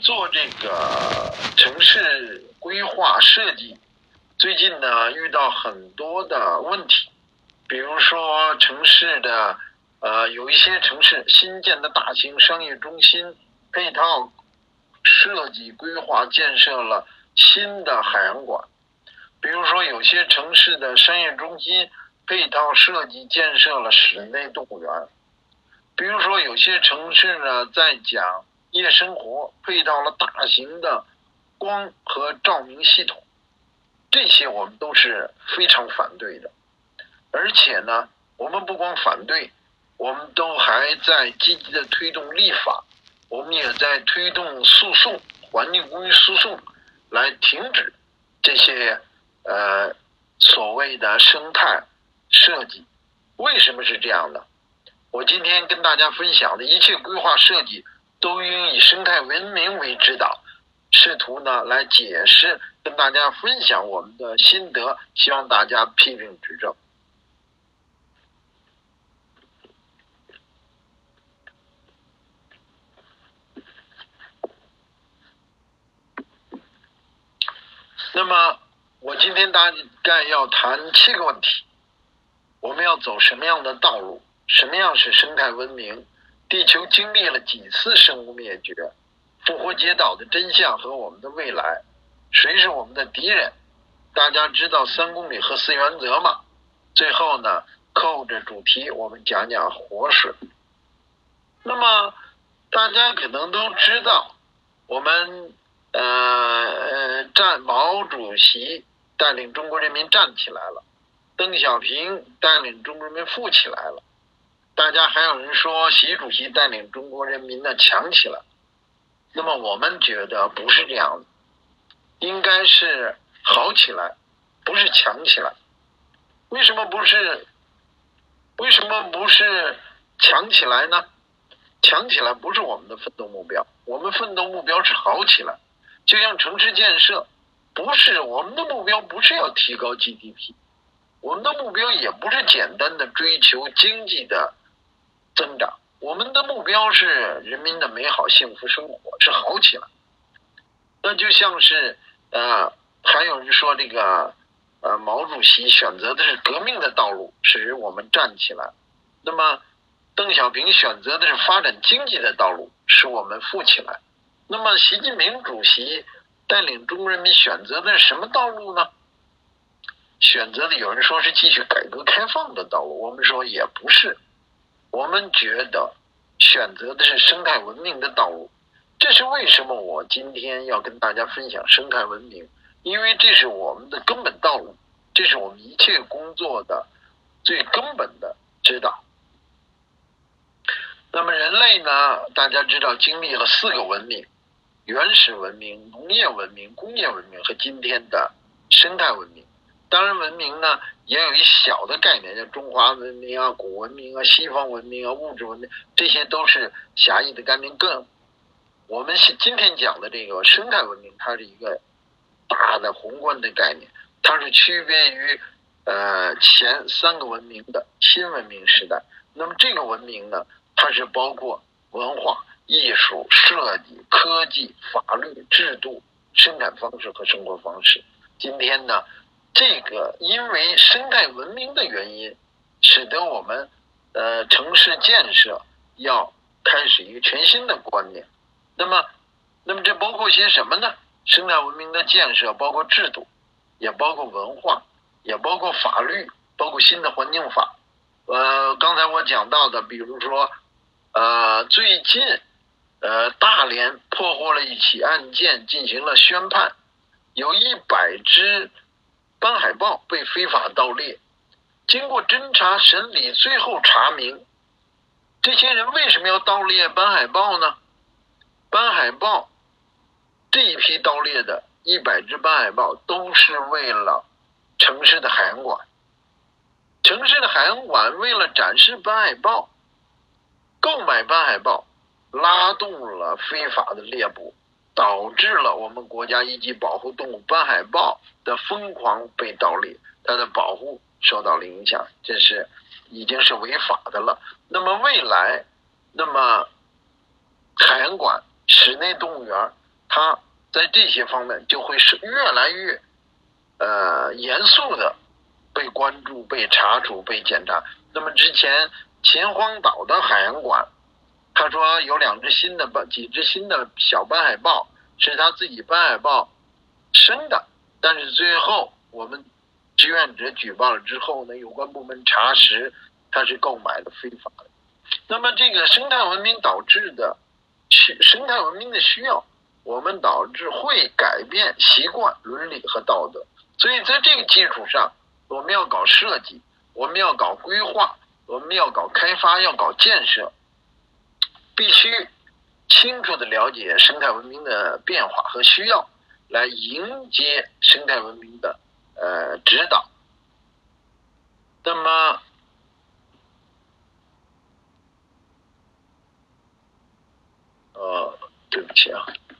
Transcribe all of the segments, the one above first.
做这个城市规划设计，最近呢遇到很多的问题，比如说城市的有一些城市新建的大型商业中心配套设计规划建设了新的海洋馆，比如说有些城市的商业中心配套设计建设了室内动物园，比如说有些城市呢在讲夜生活，配套了大型的光和照明系统，这些我们都是非常反对的。而且呢，我们不光反对，我们都还在积极的推动立法，我们也在推动诉讼，环境公益诉讼，来停止这些所谓的生态设计。为什么是这样的？我今天跟大家分享的一切规划设计都应以生态文明为指导，试图呢来解释，跟大家分享我们的心得，希望大家批评指正。那么我今天大概要谈7个问题，我们要走什么样的道路，什么样是生态文明，地球经历了几次生物灭绝，复活节岛的真相和我们的未来，谁是我们的敌人，大家知道3公里核四原则吗？最后呢，扣着主题我们讲讲活水。那么大家可能都知道，我们毛主席带领中国人民站起来了，邓小平带领中国人民富起来了，大家还有人说习主席带领中国人民呢强起来。那么我们觉得不是这样的，应该是好起来，不是强起来。为什么不是强起来呢？强起来不是我们的奋斗目标，我们奋斗目标是好起来。就像城市建设，我们的目标不是要提高 GDP， 我们的目标也不是简单的追求经济的增长，我们的目标是人民的美好幸福生活，是好起来。那就像是还有人说这个毛主席选择的是革命的道路，使我们站起来。那么邓小平选择的是发展经济的道路，使我们富起来。那么习近平主席带领中国人民选择的是什么道路呢？选择的有人说是继续改革开放的道路，我们说也不是，我们觉得选择的是生态文明的道路。这是为什么我今天要跟大家分享生态文明，因为这是我们的根本道路，这是我们一切工作的最根本的指导。那么人类呢，大家知道经历了4个文明，原始文明、农业文明、工业文明和今天的生态文明。当然文明呢也有一小的概念，叫中华文明啊、古文明啊、西方文明啊、物质文明，这些都是狭义的概念。我们今天讲的这个生态文明，它是一个大的宏观的概念，它是区别于前3个文明的新文明时代。那么这个文明呢，它是包括文化、艺术、设计、科技、法律、制度、生产方式和生活方式。今天呢，这个因为生态文明的原因，使得我们城市建设要开始一个全新的观念。那么这包括些什么呢？生态文明的建设包括制度，也包括文化，也包括法律，包括新的环境法。刚才我讲到的，比如说最近大连破获了一起案件，进行了宣判，有100只斑海豹被非法盗猎，经过侦查审理，最后查明这些人为什么要盗猎斑海豹呢？斑海豹这一批盗猎的100只斑海豹都是为了城市的海洋馆，城市的海洋馆为了展示斑海豹，购买斑海豹，拉动了非法的猎捕，导致了我们国家一级保护动物斑海豹的疯狂被盗猎，它的保护受到了影响，这已经是违法的了。那么未来，海洋馆、室内动物园它在这些方面就会是越来越严肃的被关注、被查处、被检查。那么之前秦皇岛的海洋馆，他说有几只新的小斑海豹是他自己斑海豹生的，但是最后我们志愿者举报了之后呢，有关部门查实它是购买的非法的。那么这个生态文明导致的生态文明的需要，我们导致会改变习惯、伦理和道德。所以在这个基础上，我们要搞设计，我们要搞规划，我们要搞开发，要搞建设，必须清楚地了解生态文明的变化和需要，来迎接生态文明的指导。那么对不起啊。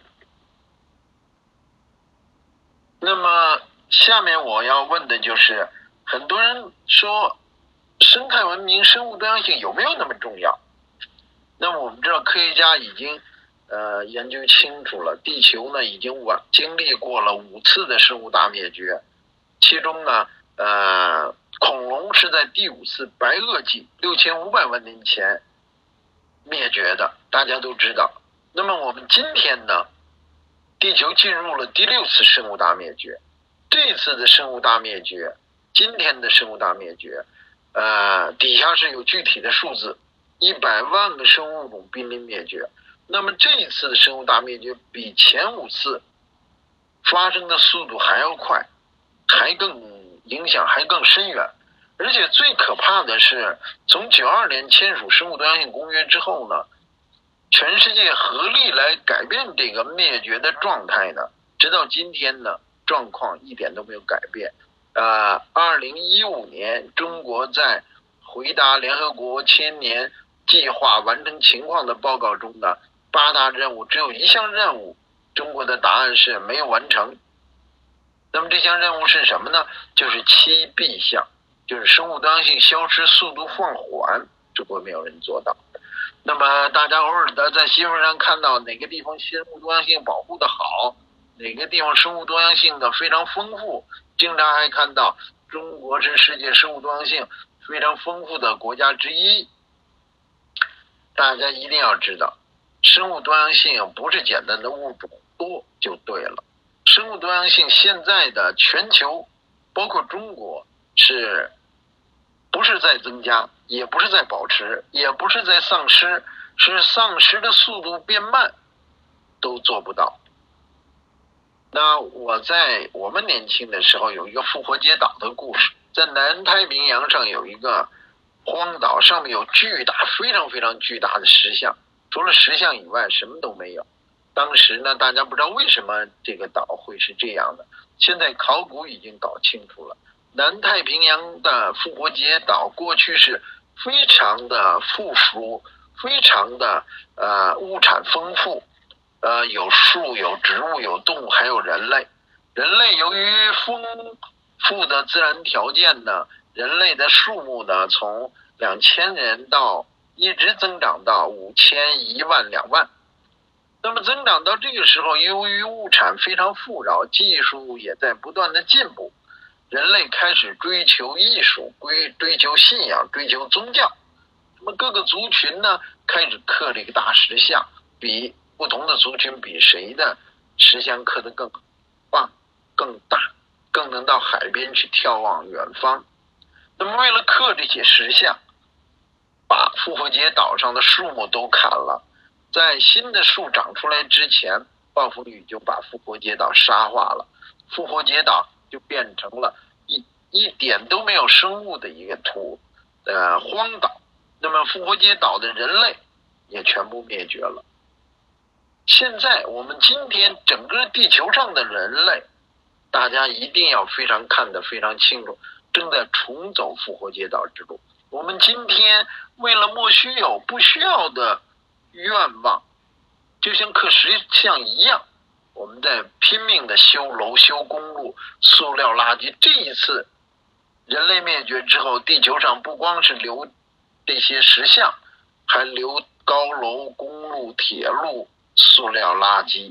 那么下面我要问的就是，很多人说生态文明、生物多样性有没有那么重要？那么我们知道科学家已经研究清楚了，地球呢已经经历过了5次的生物大灭绝，其中呢恐龙是在第5次白垩纪6500万年前灭绝的，大家都知道。那么我们今天呢，地球进入了第6次生物大灭绝。这次的生物大灭绝，今天的生物大灭绝底下是有具体的数字，100万个生物种濒临灭绝。那么这一次的生物大灭绝比前5次发生的速度还要快，还更影响还更深远。而且最可怕的是，从92年签署生物多样性公约之后呢，全世界合力来改变这个灭绝的状态呢，直到今天呢，状况一点都没有改变。2015年，中国在回答联合国千年计划完成情况的报告中的8大任务，只有1项任务，中国的答案是没有完成。那么这项任务是什么呢？就是7B项，就是生物多样性消失速度放缓，中国没有人做到。那么大家偶尔的在新闻上看到哪个地方生物多样性保护的好，哪个地方生物多样性的非常丰富，经常还看到中国是世界生物多样性非常丰富的国家之一。大家一定要知道，生物多样性不是简单的物种多就对了。生物多样性现在的全球，包括中国，不是在增加，也不是在保持，也不是在丧失，是丧失的速度变慢，都做不到。那我们年轻的时候有一个复活节岛的故事，在南太平洋上有一个荒岛，上面有非常非常巨大的石像，除了石像以外什么都没有。当时呢，大家不知道为什么这个岛会是这样的，现在考古已经搞清楚了。南太平洋的复活节岛过去是非常的富庶，非常的物产丰富，有树有植物有动物还有人类。人类由于丰富的自然条件呢，人类的数目呢从2000人一直增长到5000、1万、2万。那么增长到这个时候，由于物产非常富饶，技术也在不断的进步，人类开始追求艺术，追求信仰，追求宗教。那么各个族群呢，开始刻这个大石像，比不同的族群比谁的石像刻得更棒、更大，更能到海边去眺望远方。那么为了刻这些石像，把复活节岛上的树木都砍了。在新的树长出来之前，暴风雨就把复活节岛沙化了，复活节岛就变成了一点都没有生物的一个荒岛。那么复活节岛的人类也全部灭绝了。现在我们今天整个地球上的人类，大家一定要看得非常清楚，正在重走复活节岛之路。我们今天为了莫须有不需要的愿望，就像刻石像一样，我们在拼命的修楼、修公路、塑料垃圾。这一次人类灭绝之后，地球上不光是留这些石像，还留高楼、公路、铁路、塑料垃圾。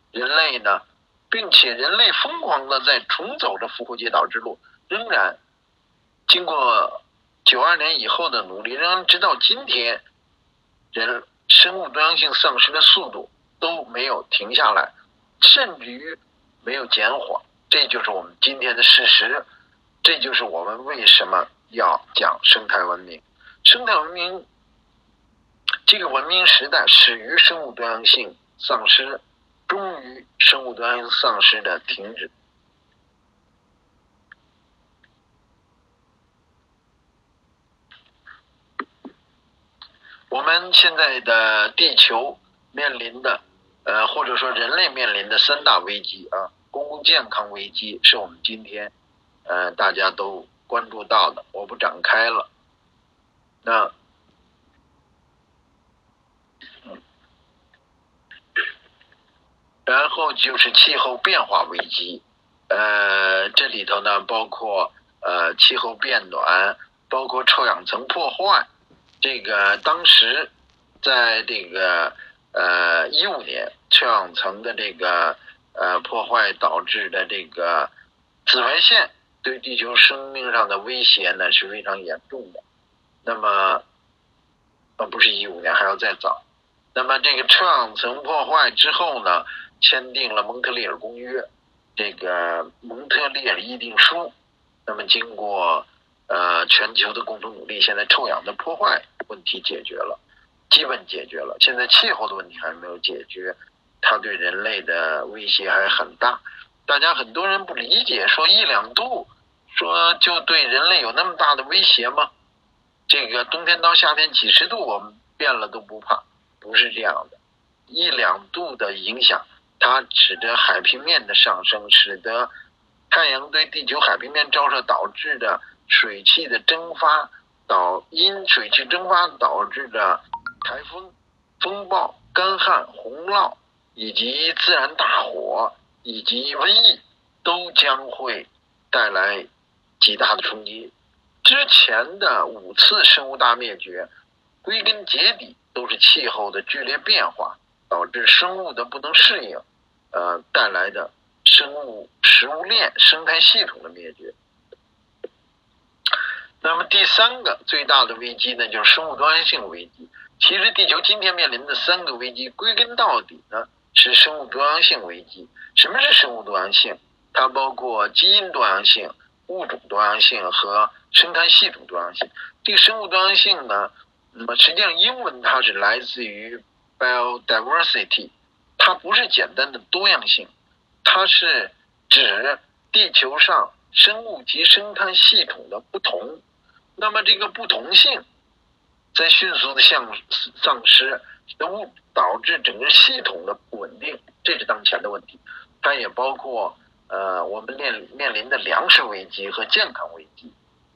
人类呢，并且人类疯狂的在重走着复活节岛之路，仍然经过92年以后的努力，仍然直到今天，生物多样性丧失的速度都没有停下来，甚至于没有减缓。这就是我们今天的事实，这就是我们为什么要讲生态文明。生态文明这个文明时代始于生物多样性丧失，终于生物多样性丧失的停止。我们现在的地球面临的或者说人类面临的3大危机啊，公共健康危机是我们今天大家都关注到的，我不展开了。那然后就是气候变化危机，这里头呢包括气候变暖，包括臭氧层破坏。这个当时在这个15年臭氧层的这个破坏导致的这个紫外线对地球生命上的威胁呢是非常严重的。那么不是15年，还要再早。那么这个臭氧层破坏之后呢，签订了蒙特利尔公约，这个蒙特利尔议定书。那么经过全球的共同努力，现在臭氧的破坏问题解决了，基本解决了。现在气候的问题还没有解决，它对人类的威胁还很大。大家很多人不理解，说1-2度，说就对人类有那么大的威胁吗？这个冬天到夏天几十度我们变了都不怕，不是这样的。1-2度的影响，它使得海平面的上升，使得太阳对地球海平面照射导致的水汽的蒸发，因水汽蒸发导致的台风、风暴、干旱、洪涝以及自然大火以及瘟疫都将会带来极大的冲击。之前的5次生物大灭绝，归根结底都是气候的剧烈变化导致生物的不能适应，带来的食物链生态系统的灭绝。那么第3个最大的危机呢，就是生物多样性危机。其实地球今天面临的3个危机，归根到底呢是生物多样性危机。什么是生物多样性？它包括基因多样性、物种多样性和生态系统多样性。这个生物多样性呢，实际上英文它是来自于 biodiversity， 它不是简单的多样性，它是指地球上生物及生态系统的不同。那么这个不同性在迅速的丧失，导致整个系统的不稳定，这是当前的问题。它也包括我们面临的粮食危机和健康危机。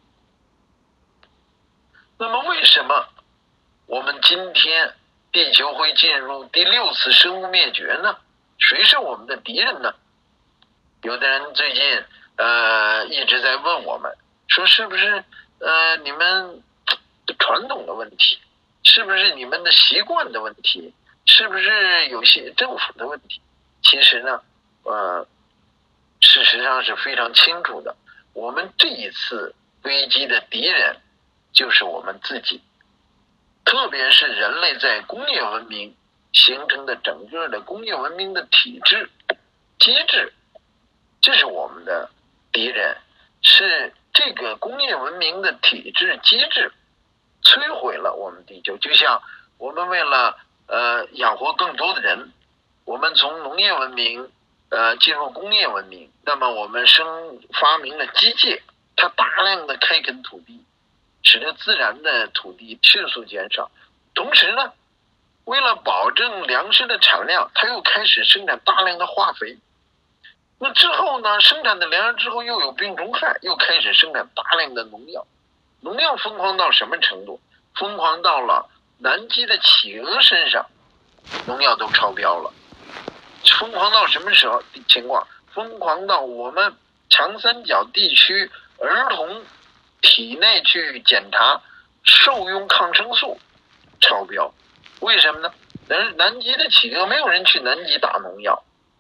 那么为什么我们今天地球会进入第6次生物灭绝呢？谁是我们的敌人呢？有的人最近一直在问我们，说是不是你们传统的问题，是不是你们的习惯的问题，是不是有些政府的问题？其实呢事实上是非常清楚的，我们这一次危机的敌人就是我们自己，特别是人类在工业文明形成的整个的工业文明的体制机制，这是我们的敌人，是这个工业文明的体制机制摧毁了我们地球。就像我们为了养活更多的人，我们从农业文明进入工业文明，那么我们发明了机械，它大量的开垦土地，使得自然的土地迅速减少。同时呢，为了保证粮食的产量，它又开始生产大量的化肥。那之后呢，生产的粮食之后又有病虫害，又开始生产大量的农药。农药疯狂到什么程度？疯狂到了南极的企鹅身上，农药都超标了。疯狂到什么情况？疯狂到我们长三角地区儿童体内去检查受用抗生素超标。为什么呢？南极的企鹅没有人去南极打农药，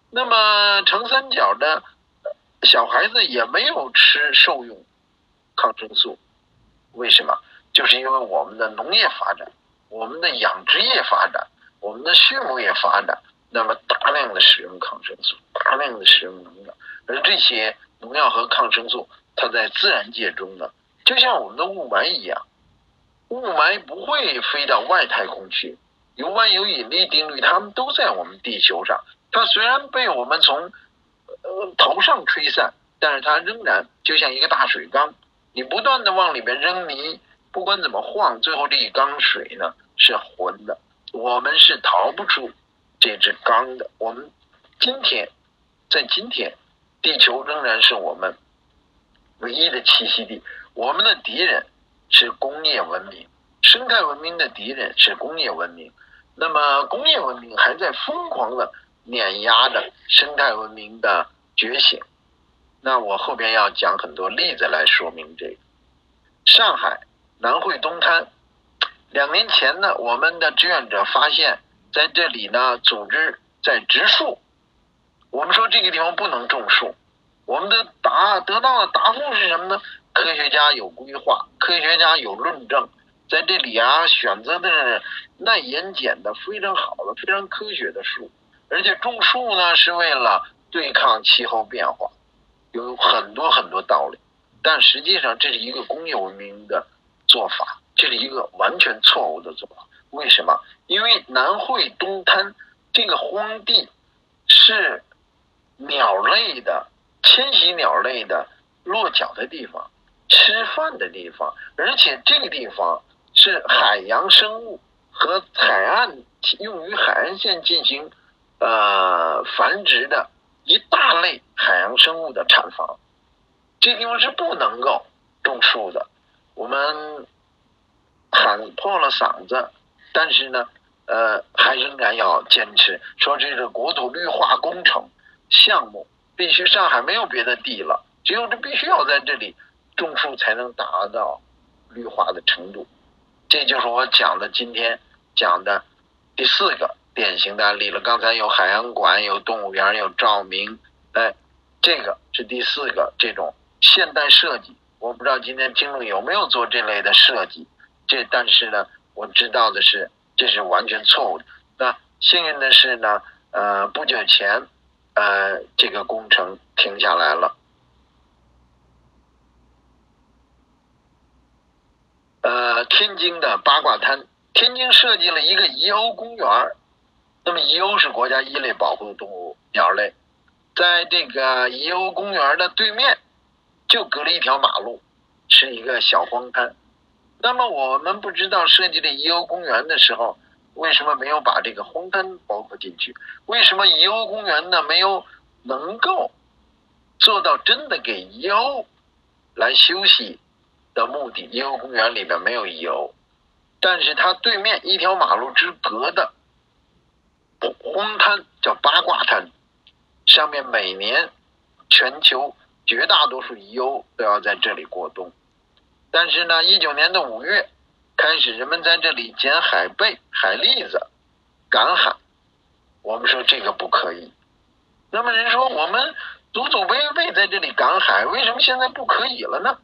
那么长三角的小孩子也没有受用抗生素，为什么？就是因为我们的农业发展，我们的养殖业发展，我们的畜牧业发展，那么大量的使用抗生素，大量的使用农药，而这些农药和抗生素，它在自然界中呢，就像我们的雾霾一样，雾霾不会飞到外太空去，有万有引力定律，它们都在我们地球上。它虽然被我们从头上吹散，但是它仍然就像一个大水缸，你不断的往里面扔泥，不管怎么晃，最后这一缸水呢是浑的，我们是逃不出这只缸的。我们在今天，地球仍然是我们唯一的栖息地。我们的敌人是工业文明，生态文明的敌人是工业文明。那么工业文明还在疯狂的碾压着生态文明的觉醒。那我后边要讲很多例子来说明这个。上海南汇东滩，2年前呢，我们的志愿者发现在这里呢组织在植树。我们说这个地方不能种树，我们得到的答复是什么呢？科学家有规划，科学家有论证，在这里选择的是耐盐碱的非常好的非常科学的树，而且种树呢是为了对抗气候变化，有很多很多道理。但实际上这是一个工业文明的做法，这是一个完全错误的做法。为什么？因为南汇东滩这个荒地是鸟类的迁徙，鸟类的落脚的地方，吃饭的地方，而且这个地方是海洋生物和用于海岸线进行繁殖的一大类海洋生物的产房。这地方是不能够种树的。我们喊破了嗓子，但是呢还仍然要坚持，说这是国土绿化工程项目，必须上海没有别的地了，只有必须要在这里种树才能达到绿化的程度。这就是我今天讲的第4个典型的案例了。刚才有海洋馆，有动物园，有照明，这个是第4个这种现代设计。我不知道今天听众有没有做这类的设计，但是呢，我知道的是这是完全错误的。那幸运的是呢，不久前这个工程停下来了。天津的八卦滩，天津设计了一个宜欧公园。那么宜欧是国家1类保护动物鸟类，在这个宜欧公园的对面就隔了一条马路，是一个小荒滩。那么我们不知道设计这宜欧公园的时候，为什么没有把这个荒滩包括进去？为什么宜欧公园呢没有能够做到真的给宜欧来休息的目的？宜欧公园里面没有宜欧，但是它对面一条马路之隔的荒滩叫八卦滩，上面每年全球绝大多数宜欧都要在这里过冬。但是呢，19年的5月开始，人们在这里捡海贝、海蛎子、赶海。我们说这个不可以。那么人说我们祖祖辈辈在这里赶海，为什么现在不可以了呢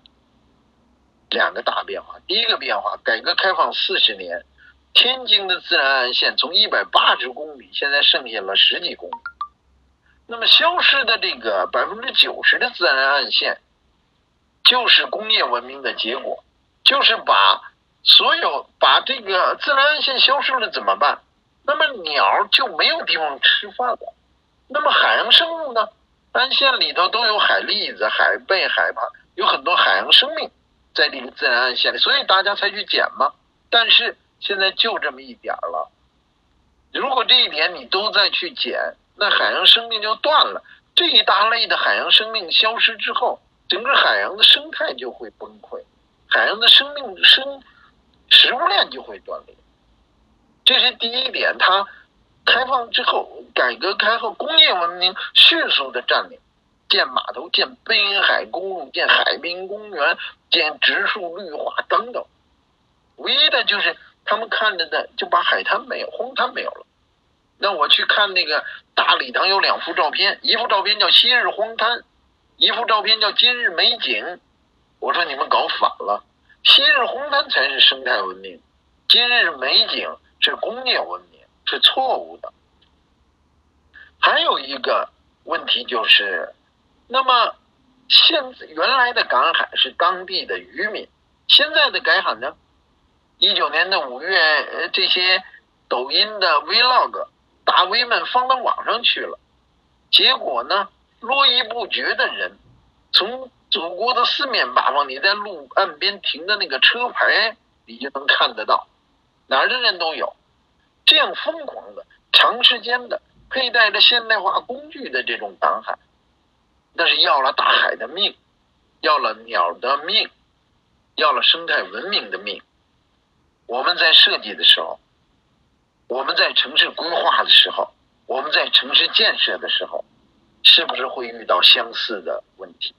？2个大变化。第一个变化，改革开放40年，天津的自然岸线从180公里现在剩下了10几公里。那么消失的这个90%的自然岸线就是工业文明的结果，就是把这个自然岸线消失了怎么办？那么鸟就没有地方吃饭了。那么海洋生物呢？岸线里头都有海蛎子、海贝、海螃，有很多海洋生命在这个自然岸线里，所以大家才去捡嘛。但是现在就这么一点了，如果这一点你都再去捡，那海洋生命就断了。这一大类的海洋生命消失之后，整个海洋的生态就会崩溃，海洋的食物链就会断裂。这是第一点。它开放之后，改革开后，工业文明迅速的占领，建码头、建滨海公路、建海滨公园、建植树绿化等等。唯一的就是他们看着的就把海滩没有，荒滩没有了。 那我去看那个大礼堂有2幅照片，一幅照片叫昔日荒滩，一幅照片叫今日美景。我说你们搞反了，昔日荒滩才是生态文明，今日美景是工业文明，是错误的。还有一个问题就是，那么原来的赶海是当地的渔民，现在的赶海呢？19年的5月，这些抖音的 vlog 大 V 们放到网上去了，结果呢，络绎不绝的人，从祖国的四面八方，你在路岸边停的那个车牌，你就能看得到，哪儿的人都有。这样疯狂的、长时间的佩戴着现代化工具的这种赶海，那是要了大海的命，要了鸟的命，要了生态文明的命。我们在设计的时候，我们在城市规划的时候，我们在城市建设的时候，是不是会遇到相似的问题？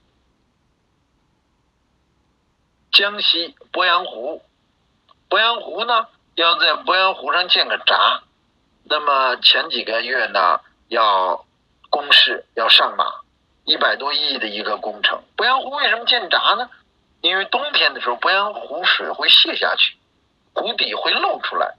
江西鄱阳湖，鄱阳湖呢，要在鄱阳湖上建个闸，那么前几个月呢，要公示要上马，100多亿的一个工程。鄱阳湖为什么建闸呢？因为冬天的时候，鄱阳湖水会泄下去，湖底会露出来。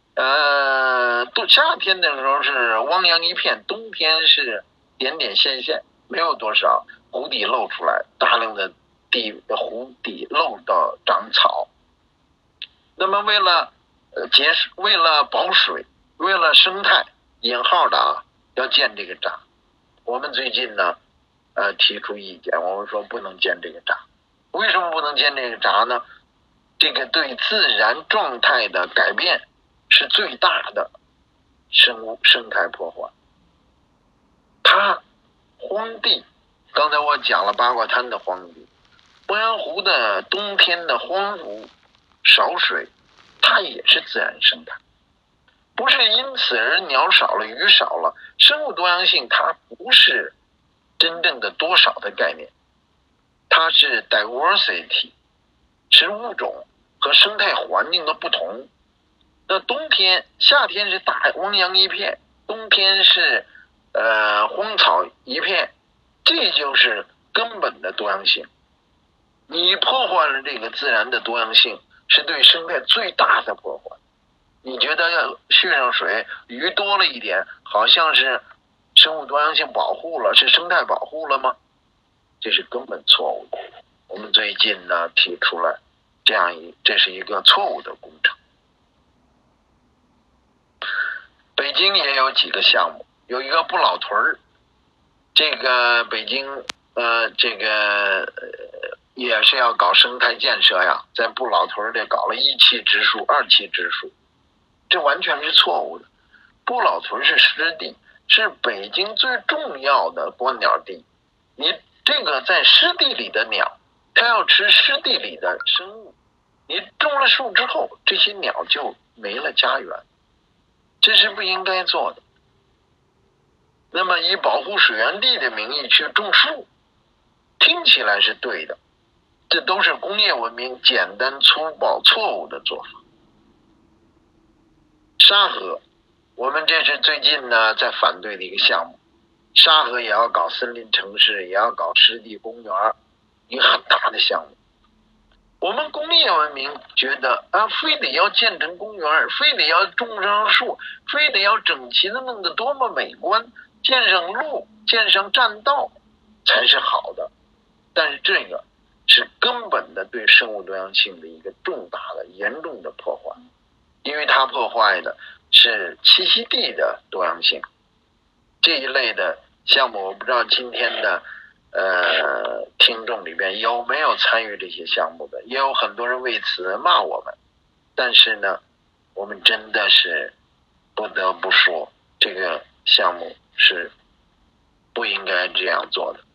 夏天的时候是汪洋一片，冬天是点点线线，没有多少，湖底露出来，大量的湖底露到长草。那么为了为了保水，为了生态引号的要建这个闸。我们最近呢提出意见，我们说不能建这个闸。为什么不能建这个闸呢？这个对自然状态的改变是最大的生态破坏。它荒地，刚才我讲了八卦滩的荒地，鄱阳湖的冬天的荒芜少水，它也是自然生态，不是因此而鸟少了鱼少了。生物多样性它不是真正的多少的概念，它是 diversity， 是物种和生态环境的不同。那夏天是大汪洋一片，冬天是荒草一片，这就是根本的多样性。你破坏了这个自然的多样性，是对生态最大的破坏。你觉得要蓄上水，鱼多了一点，好像是生物多样性保护了，是生态保护了吗？这是根本错误的。我们最近呢提出来这是一个错误的工程。北京也有几个项目，有一个不老屯，这个北京也是要搞生态建设呀，在不老屯里搞了1期植树、2期植树，这完全是错误的。不老屯是湿地，是北京最重要的观鸟地。你这个在湿地里的鸟，它要吃湿地里的生物，你种了树之后，这些鸟就没了家园，这是不应该做的。那么以保护水源地的名义去种树，听起来是对的，这都是工业文明简单粗暴错误的做法。沙河，我们这是最近呢在反对的一个项目，沙河也要搞森林城市，也要搞湿地公园，一个很大的项目。我们工业文明觉得非得要建成公园，非得要种上树，非得要整齐的弄得多么美观，建上路，建上栈道才是好的。但是这个是根本的对生物多样性的一个重大的严重的破坏，因为它破坏的是栖息地的多样性。这一类的项目，我不知道今天的听众里边有没有参与这些项目的，也有很多人为此骂我们。但是呢，我们真的是不得不说，这个项目是不应该这样做的。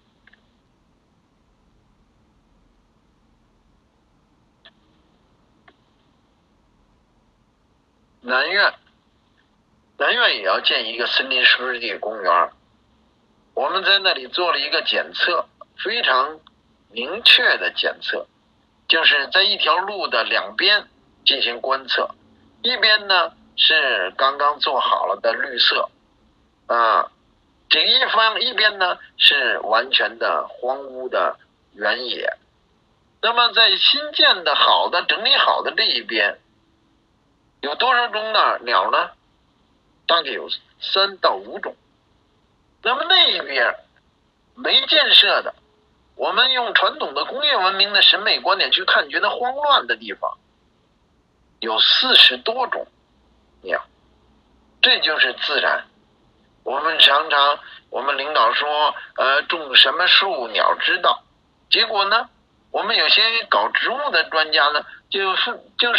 南苑也要建一个森林湿地公园，我们在那里做了一个检测，非常明确的检测，就是在一条路的两边进行观测，一边呢是刚刚做好了的绿色啊，这一边呢是完全的荒芜的原野。那么在新建的好的整理好的这一边，有多少种鸟呢？大概有3到5种。那么那一边没建设的，我们用传统的工业文明的审美观点去看，觉得慌乱的地方，有40多种鸟。这就是自然。我们常常，我们领导说，种什么树鸟知道。结果呢，我们有些搞植物的专家呢，就是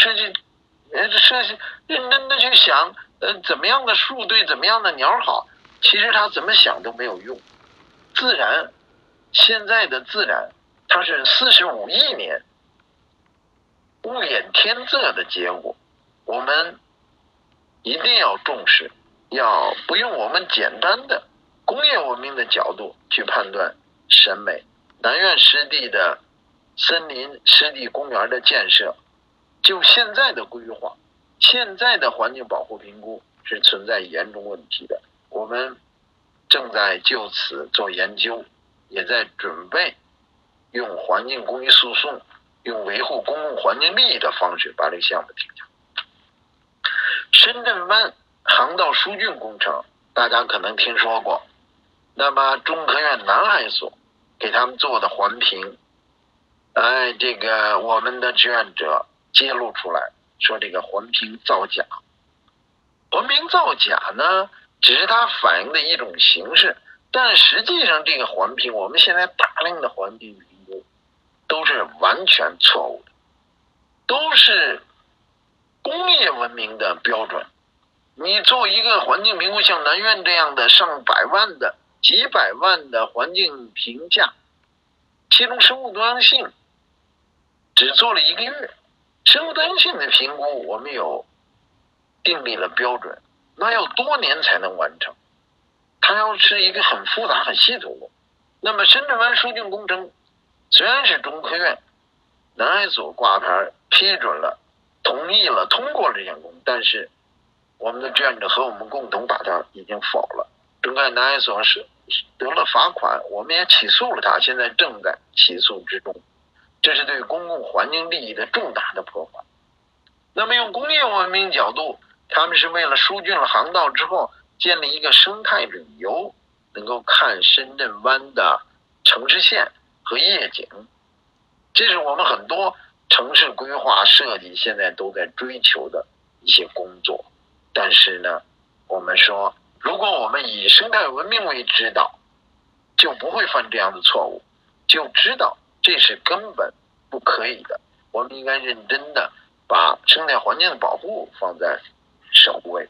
认真的去想，怎么样的树对怎么样的鸟好。其实他怎么想都没有用。自然，现在的自然，它是45亿年物演天择的结果。我们一定要重视，要不用我们简单的工业文明的角度去判断审美。南苑湿地的森林湿地公园的建设，就现在的规划，现在的环境保护评估是存在严重问题的。我们正在就此做研究，也在准备用环境公益诉讼，用维护公共环境利益的方式把这个项目停下。深圳湾航道疏浚工程大家可能听说过，那么中科院南海所给他们做的环评，这个我们的志愿者揭露出来说，这个环评造假。环评造假呢，只是它反映的一种形式，但实际上这个环评，我们现在大量的环评评估都是完全错误的，都是工业文明的标准。你做一个环境评估，像南苑这样的上百万的几百万的环境评价，其中生物多样性只做了1个月。生物多样性的评估我们有订立了标准，那要多年才能完成，它要是一个很复杂很系统的。那么深圳湾疏浚工程虽然是中科院南海所挂牌批准了，同意了，通过了这项工程，但是我们的志愿者和我们共同把它已经否了。中科院南海所是得了罚款，我们也起诉了他，现在正在起诉之中。这是对公共环境利益的重大的破坏。那么用工业文明角度，他们是为了疏浚了航道之后，建立一个生态旅游，能够看深圳湾的城市线和夜景。这是我们很多城市规划设计现在都在追求的一些工作。但是呢，我们说，如果我们以生态文明为指导，就不会犯这样的错误，就知道这是根本不可以的。我们应该认真的把生态环境的保护放在首位。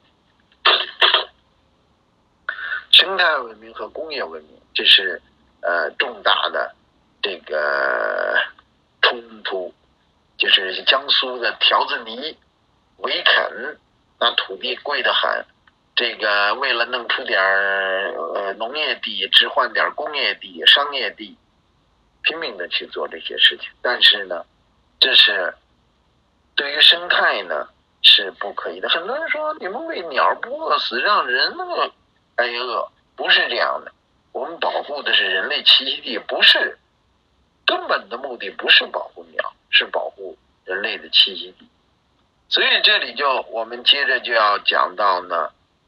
生态文明和工业文明，这是重大的这个冲突。就是江苏的条子泥围垦，那土地贵得很，这个为了弄出点农业地，置换点工业地、商业地，拼命的去做这些事情。但是呢，这是对于生态呢是不可以的。很多人说，你们为鸟不饿死，让人挨饿，不是这样的。我们保护的是人类栖息地，不是根本的目的不是保护鸟，是保护人类的栖息地。所以这里我们接着就要讲到呢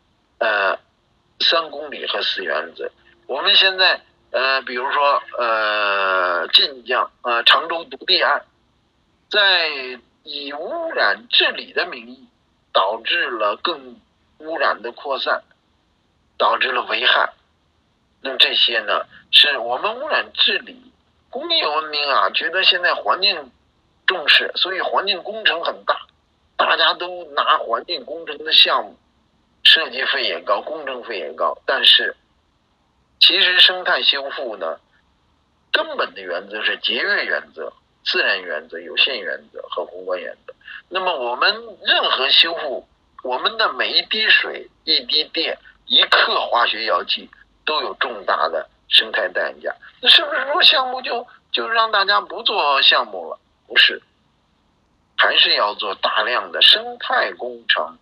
3公里和4原则。我们现在比如说晋江常州独地案，在以污染治理的名义，导致了更污染的扩散，导致了危害。那么这些呢，是我们污染治理工业文明觉得现在环境重视，所以环境工程很大，大家都拿环境工程的项目，设计费也高，工程费也高。但是其实生态修复呢，根本的原则是节约原则、自然原则、有限原则和宏观原则。那么我们任何修复，我们的每一滴水、一滴电、1克化学药剂都有重大的生态代价。那是不是说项目就让大家不做项目了？不是，还是要做大量的生态工程、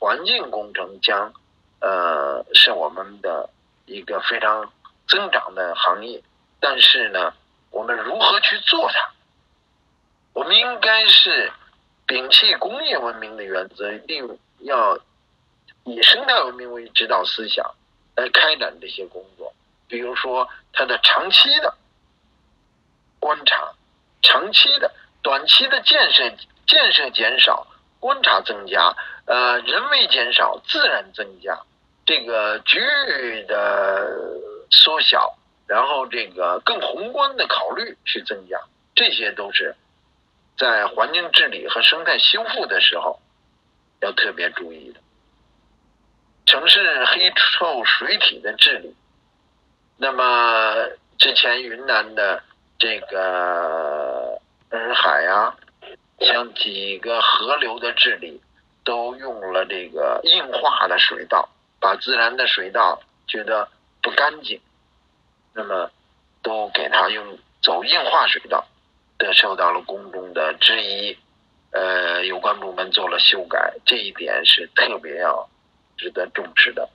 环境工程将是我们的一个非常增长的行业，但是呢，我们如何去做它？我们应该是摒弃工业文明的原则，要以生态文明为指导思想来开展这些工作。比如说，它的长期的观察，长期的、短期的建设减少，观察增加，人为减少，自然增加，这个局域的缩小，然后这个更宏观的考虑去增加，这些都是在环境治理和生态修复的时候要特别注意的。城市黑臭水体的治理，那么之前云南的这个洱海啊，像几个河流的治理都用了这个硬化的水道，把自然的水道觉得不干净，那么都给它用走硬化水道，受到了公众的质疑，有关部门做了修改，这一点是特别要值得重视的。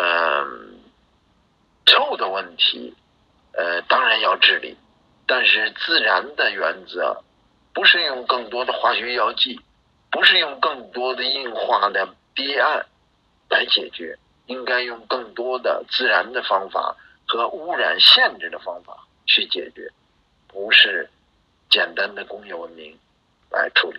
臭的问题当然要治理，但是自然的原则不是用更多的化学药剂，不是用更多的硬化的堤岸来解决，应该用更多的自然的方法和污染限制的方法去解决，不是简单的工业文明来处理。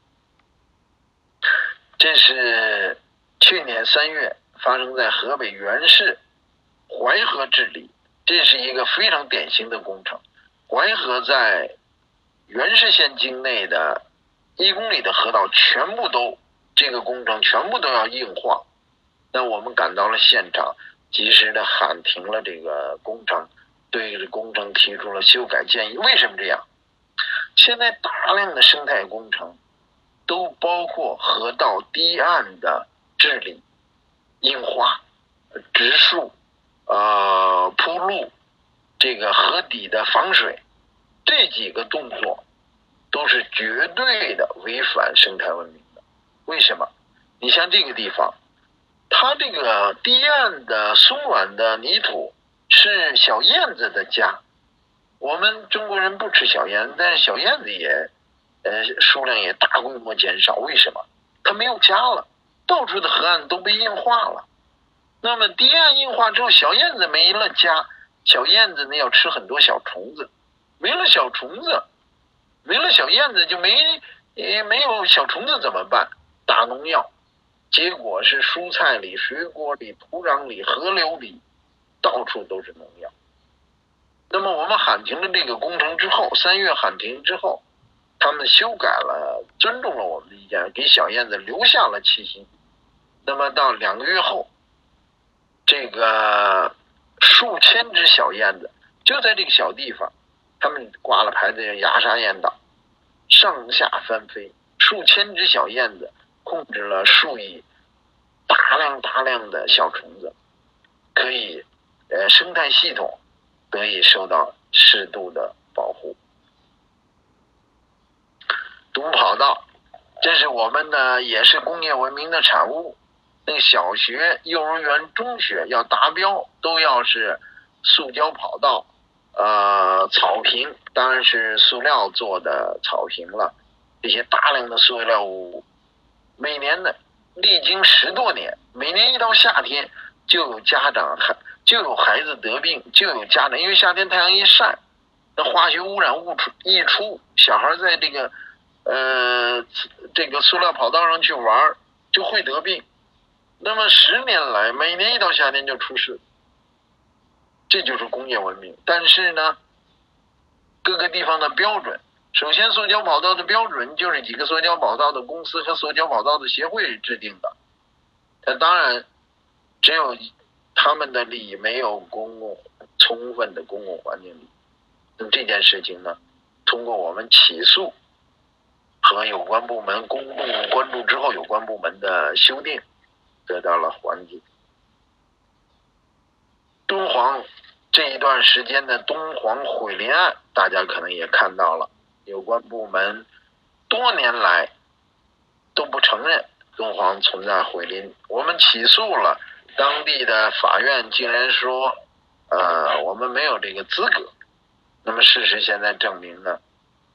这是去年3月发生在河北原市淮河治理，这是一个非常典型的工程。淮河在原市县境内的1公里的河道全部都，这个工程全部都要硬化。那我们赶到了现场，及时的喊停了这个工程，对工程提出了修改建议。为什么这样？现在大量的生态工程都包括河道堤岸的治理、硬化、植树、铺路，这个河底的防水，这几个动作都是绝对的违反生态文明的。为什么？你像这个地方，它这个堤岸的松软的泥土是小燕子的家。我们中国人不吃小燕子，但是小燕子也数量也大规模减少。为什么？它没有家了，到处的河岸都被硬化了。那么堤岸硬化之后，小燕子没了家，小燕子呢要吃很多小虫子，没了小虫子，没了小燕子就没有小虫子怎么办？打农药，结果是蔬菜里、水果里、土壤里、河流里，到处都是农药。那么我们喊停了这个工程之后，3月喊停之后，他们修改了，尊重了我们的意见，给小燕子留下了栖息。那么到2个月后，这个数千只小燕子就在这个小地方，他们挂了牌子牙沙燕岛，上下翻飞，数千只小燕子控制了数以大量的小虫子，可以生态系统得以受到适度的保护。堵跑道，这是我们呢也是工业文明的产物。那个小学、幼儿园、中学要达标，都要是塑胶跑道，草坪当然是塑料做的草坪了。这些大量的塑料物，每年的历经10多年，每年一到夏天就有就有孩子得病，就有家长，因为夏天太阳一晒，那化学污染物一出，小孩在这个塑料跑道上去玩，就会得病。那么10年来，每年一到夏天就出事，这就是工业文明。但是呢，各个地方的标准，首先塑胶跑道的标准就是几个塑胶跑道的公司和塑胶跑道的协会制定的。当然，只有他们的利益，没有充分的公共环境利益。那么这件事情呢，通过我们起诉和有关部门公众关注之后，有关部门的修订得到了缓解。敦煌这一段时间的敦煌毁林案，大家可能也看到了，有关部门多年来都不承认， 敦煌存在毁林，我们起诉了，当地的法院竟然说，我们没有这个资格。那么事实现在证明呢，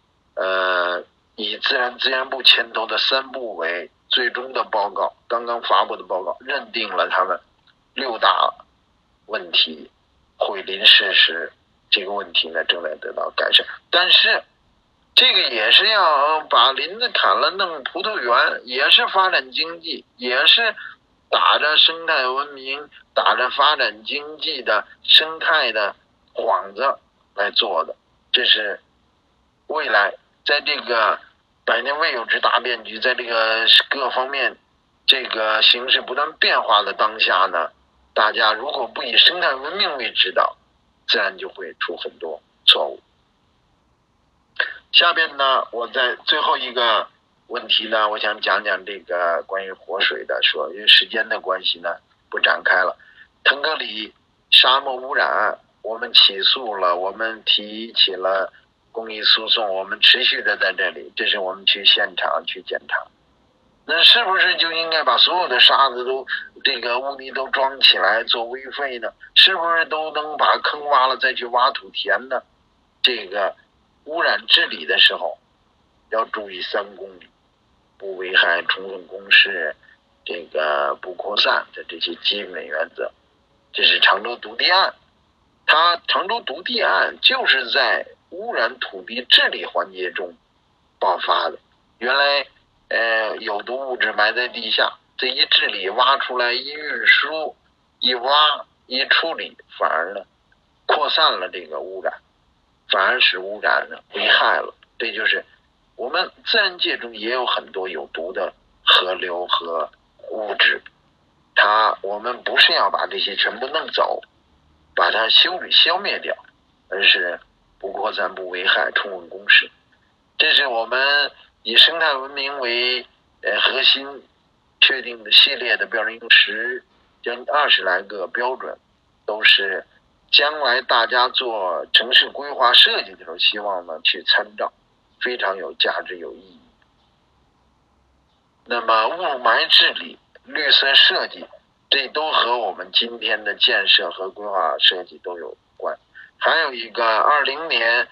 以自然资源部牵头的3部委最终的报告，刚刚发布的报告，认定了他们6大问题毁林事实，这个问题呢正在得到改善。但是这个也是要把林子砍了弄葡萄园，也是发展经济，也是打着生态文明，打着发展经济的生态的幌子来做的。这是未来在这个百年未有之大变局，在这个各方面这个形势不断变化的当下呢，大家如果不以生态文明为指导，自然就会出很多错误。下边呢，我在最后一个问题呢，我想讲讲这个关于活水的说，因为时间的关系呢，不展开了。腾格里沙漠污染案，我们起诉了，我们提起了公益诉讼，我们持续的在这里，这是我们去现场去检查。那是不是就应该把所有的沙子都这个污泥都装起来做危废呢？是不是都能把坑挖了再去挖土填呢？这个污染治理的时候要注意3公里，不危害充分公示，这个不扩散的这些基本原则。这是常州毒地案，常州毒地案就是在污染土地治理环节中爆发的。原来有毒物质埋在地下，这一治理挖出来，一运输一挖一处理，反而呢扩散了这个污染，反而使污染呢危害了。这就是我们自然界中也有很多有毒的河流和物质，我们不是要把这些全部弄走，把它消灭掉，而是不扩散不危害，充分公示。这是我们以生态文明为核心确定的系列的标准，用将20来个标准，都是将来大家做城市规划设计的时候希望呢去参照，非常有价值有意义。那么雾霾治理、绿色设计，这都和我们今天的建设和规划设计都有关。还有一个20年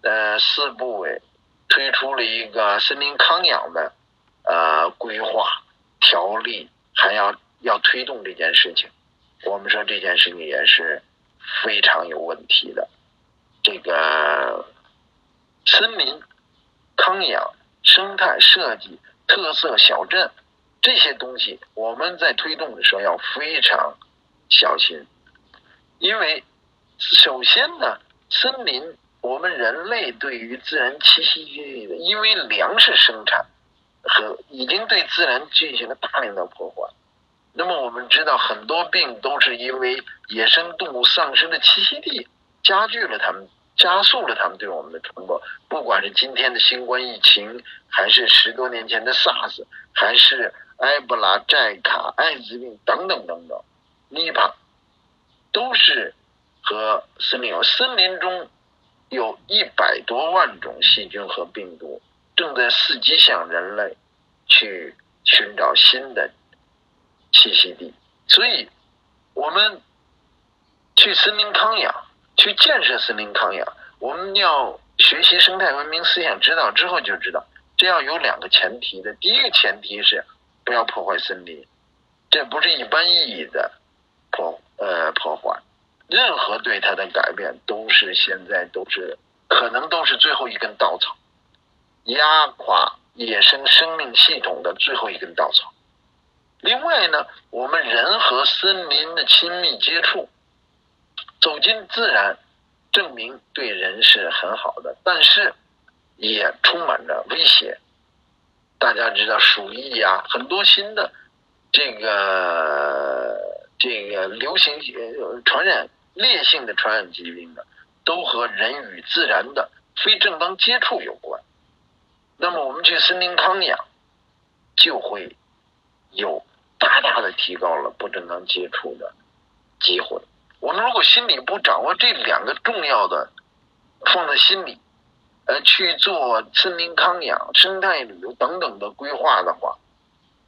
4部委推出了一个森林康养的规划条例，还要推动这件事情。我们说这件事情也是非常有问题的。这个森林康养、生态设计、特色小镇这些东西，我们在推动的时候要非常小心。因为首先呢，森林我们人类对于自然栖息地的，因为粮食生产和已经对自然进行了大量的破坏。那么我们知道很多病都是因为野生动物丧失的栖息地，加速了它们对我们的传播。不管是今天的新冠疫情，还是10多年前的 SARS， 还是埃博拉、寨卡、艾滋病等等等等，尼帕都是和森林有。森林中有100多万种细菌和病毒，正在伺机向人类去寻找新的栖息地。所以我们去森林康养，去建设森林康养，我们要学习生态文明思想指导之后就知道，这要有2个前提的。第一个前提是不要破坏森林，这不是一般意义的破坏，任何对它的改变现在可能都是最后一根稻草，压垮野生生命系统的最后一根稻草。另外呢，我们人和森林的亲密接触，走进自然，证明对人是很好的，但是也充满着威胁。大家知道鼠疫啊，很多新的这个流行烈性的传染疾病呢，都和人与自然的非正当接触有关。那么我们去森林康养，就会有大大的提高了不正当接触的机会。我们如果心里不掌握这2个重要的放在心里，去做森林康养、生态旅游等等的规划的话，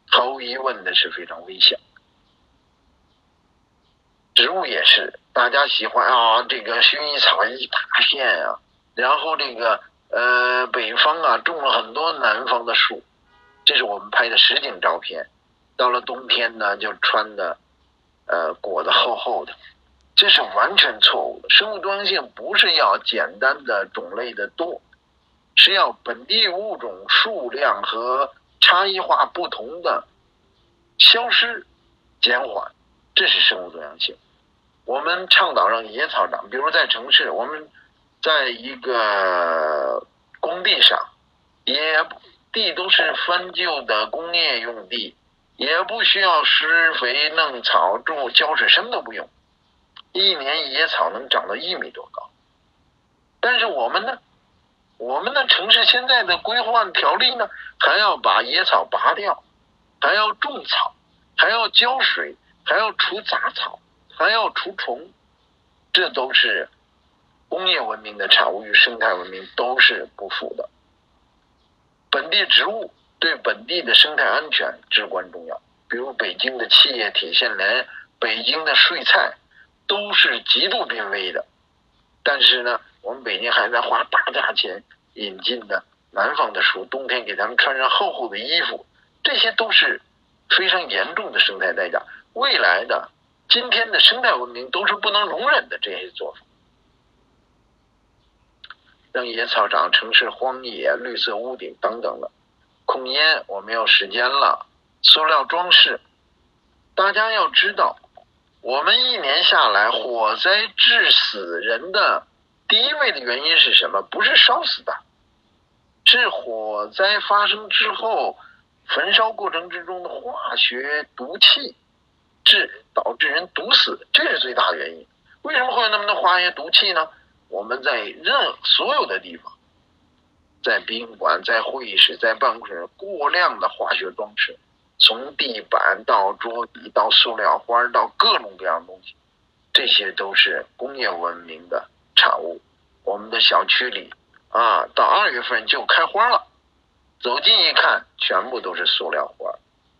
毫无疑问的是非常危险。植物也是，大家喜欢啊，这个薰衣草一大片啊，然后这个北方啊种了很多南方的树，这是我们拍的实景照片。到了冬天呢，就穿的裹得厚厚的，这是完全错误的。生物多样性不是要简单的种类的多，是要本地物种数量和差异化不同的消失减缓，这是生物多样性。我们倡导让野草长，比如在城市，我们在一个工地上，地都是翻旧的工业用地，也不需要施肥弄草种浇水，什么都不用，一年野草能长到1米多高。但是我们的城市现在的规划条例呢，还要把野草拔掉，还要种草，还要浇水，还要除杂草，还要除虫，这都是工业文明的产物，与生态文明都是不符的。本地植物对本地的生态安全至关重要，比如北京的企业铁线莲、北京的睡菜都是极度濒危的，但是呢，我们北京还在花大价钱引进的南方的树，冬天给他们穿上厚厚的衣服，这些都是非常严重的生态代价。未来的今天的生态文明都是不能容忍的这些做法。让野草长，城市荒野、绿色屋顶等等的。控烟我没有时间了。塑料装饰，大家要知道，我们1年下来火灾致死人的第一位的原因是什么？不是烧死的，是火灾发生之后焚烧过程之中的化学毒气导致人毒死，这是最大的原因。为什么会有那么多化学毒气呢？我们在所有的地方，在宾馆、在会议室、在办公室，过量的化学装饰，从地板到桌椅到塑料花到各种各样的东西，这些都是工业文明的产物。我们的小区里到2月份就开花了，走近一看，全部都是塑料花。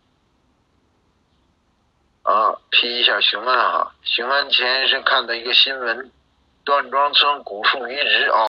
批一下雄安雄安前是看到一个新闻，段庄村古树移植